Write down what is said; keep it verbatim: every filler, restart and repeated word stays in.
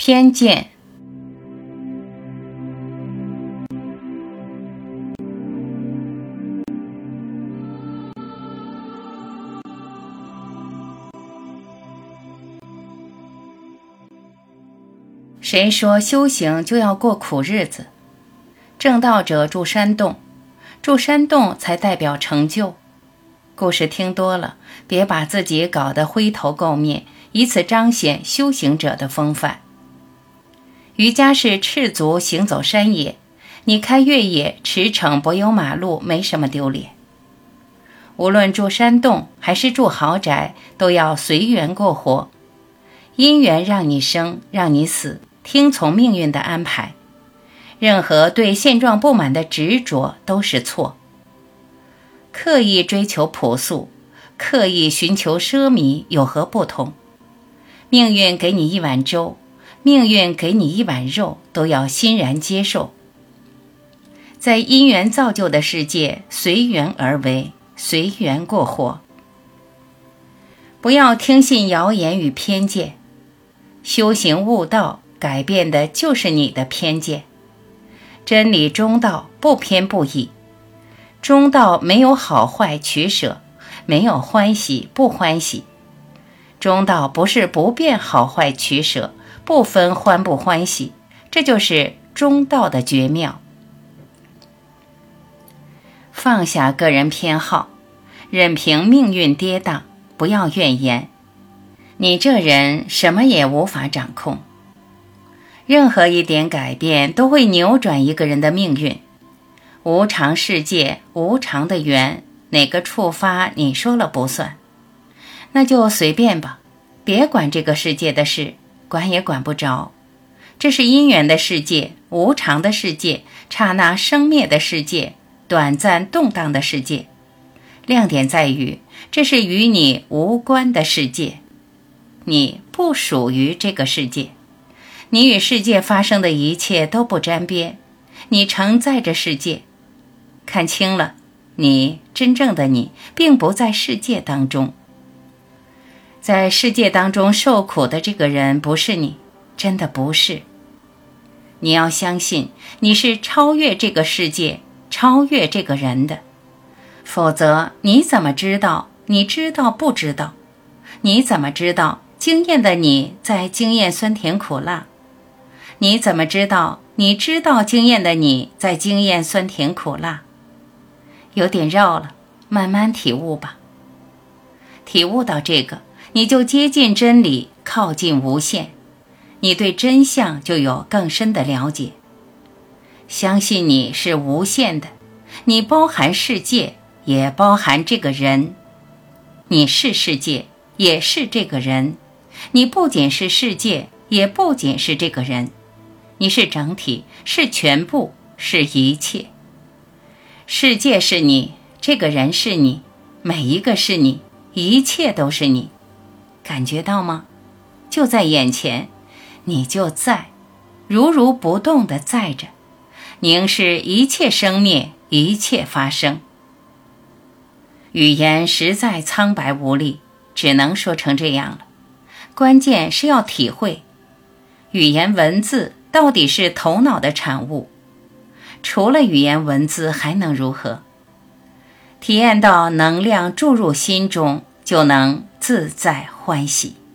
偏见。谁说修行就要过苦日子？正道者住山洞，住山洞才代表成就。故事听多了，别把自己搞得灰头垢面，以此彰显修行者的风范。瑜伽是赤足行走山野，你开越野驰骋柏油马路没什么丢脸。无论住山洞还是住豪宅，都要随缘过活。因缘让你生，让你死，听从命运的安排。任何对现状不满的执着都是错。刻意追求朴素，刻意寻求奢靡有何不同？命运给你一碗粥，命运给你一碗肉，都要欣然接受。在因缘造就的世界，随缘而为，随缘过活。不要听信谣言与偏见。修行悟道，改变的就是你的偏见。真理中道，不偏不倚。中道没有好坏取舍，没有欢喜不欢喜。中道不是不变好坏取舍，不分欢不欢喜，这就是中道的绝妙。放下个人偏好，任凭命运跌宕，不要怨言。你这人什么也无法掌控，任何一点改变都会扭转一个人的命运。无常世界，无常的缘，哪个触发你说了不算？那就随便吧，别管这个世界的事，管也管不着。这是因缘的世界，无常的世界，刹那生灭的世界，短暂动荡的世界。亮点在于，这是与你无关的世界。你不属于这个世界，你与世界发生的一切都不沾边，你承载着世界。看清了，你真正的你并不在世界当中。在世界当中受苦的这个人不是你，真的不是。你要相信你是超越这个世界，超越这个人的，否则你怎么知道你知道不知道？你怎么知道经验的你在经验酸甜苦辣？你怎么知道你知道经验的你在经验酸甜苦辣？有点绕了，慢慢体悟吧。体悟到这个，你就接近真理，靠近无限，你对真相就有更深的了解。相信你是无限的，你包含世界，也包含这个人。你是世界，也是这个人。你不仅是世界，也不仅是这个人。你是整体，是全部，是一切。世界是你，这个人是你，每一个是你，一切都是你。感觉到吗？就在眼前，你就在，如如不动地在着，凝视一切生灭，一切发生。语言实在苍白无力，只能说成这样了。关键是要体会，语言文字到底是头脑的产物，除了语言文字还能如何？体验到能量注入心中，就能自在欢喜。